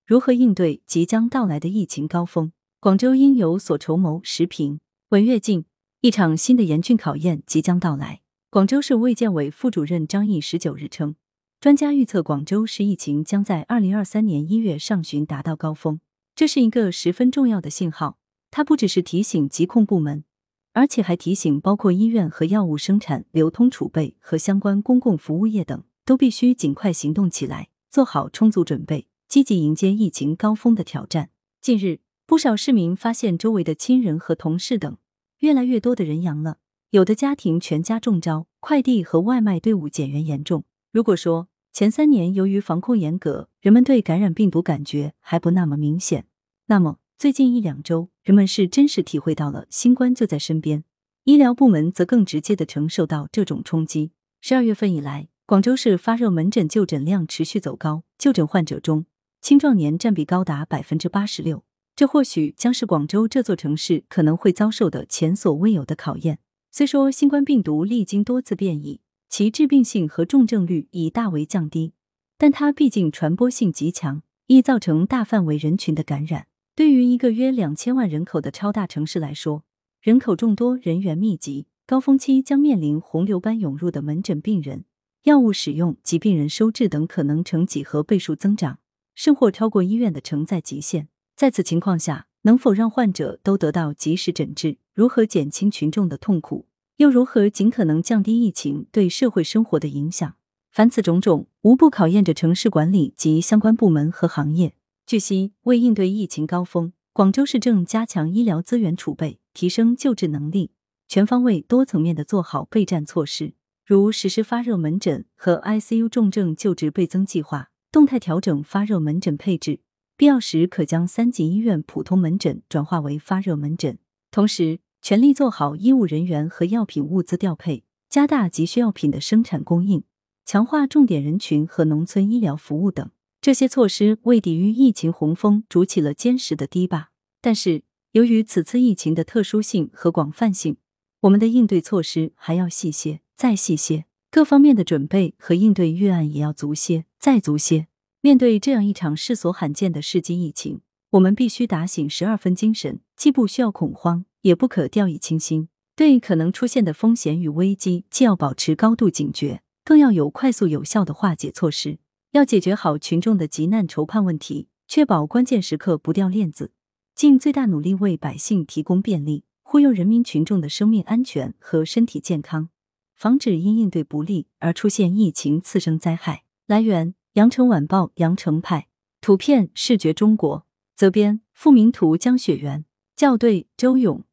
如何应对即将到来的疫情高峰？广州应有所筹谋。时评：文跃进。一场新的严峻考验即将到来。广州市卫健委副主任张毅19日称，专家预测广州市疫情将在2023年1月上旬达到高峰，这是一个十分重要的信号。它不只是提醒疾控部门，而且还提醒包括医院和药物生产、流通储备和相关公共服务业等，都必须尽快行动起来，做好充足准备，积极迎接疫情高峰的挑战。近日，不少市民发现周围的亲人和同事等越来越多的人阳了，有的家庭全家中招，快递和外卖队伍减员严重。如果说前3年由于防控严格，人们对感染病毒感觉还不那么明显，那么最近1-2周，人们是真实体会到了新冠就在身边，医疗部门则更直接地承受到这种冲击。12月份以来，广州市发热门诊就诊量持续走高，就诊患者中青壮年占比高达 86%， 这或许将是广州这座城市可能会遭受的前所未有的考验。虽说新冠病毒历经多次变异，其致病性和重症率已大为降低，但它毕竟传播性极强，易造成大范围人群的感染。对于一个约2000万人口的超大城市来说，人口众多，人员密集，高峰期将面临洪流般涌入的门诊病人、药物使用及病人收治等可能呈几何倍数增长，甚或超过医院的承载极限。在此情况下，能否让患者都得到及时诊治？如何减轻群众的痛苦？又如何尽可能降低疫情对社会生活的影响？凡此种种，无不考验着城市管理及相关部门和行业。据悉，为应对疫情高峰，广州市正加强医疗资源储备，提升救治能力，全方位多层面地做好备战措施，如实施发热门诊和 ICU 重症救治倍增计划，动态调整发热门诊配置，必要时可将3级医院普通门诊转化为发热门诊。同时，全力做好医务人员和药品物资调配，加大急需药品的生产供应，强化重点人群和农村医疗服务等。这些措施为抵御疫情洪峰筑起了坚实的堤坝。但是，由于此次疫情的特殊性和广泛性，我们的应对措施还要细些，再细些，各方面的准备和应对预案也要足些，再足些。面对这样一场世所罕见的世纪疫情，我们必须打醒12分精神，既不需要恐慌，也不可掉以轻心。对可能出现的风险与危机，既要保持高度警觉，更要有快速有效的化解措施。要解决好群众的急难愁盼问题，确保关键时刻不掉链子，尽最大努力为百姓提供便利，护佑人民群众的生命安全和身体健康，防止因应对不力而出现疫情次生灾害。来源：羊城晚报羊城派，图片视觉中国，责编：付明图江雪源，校对：周勇。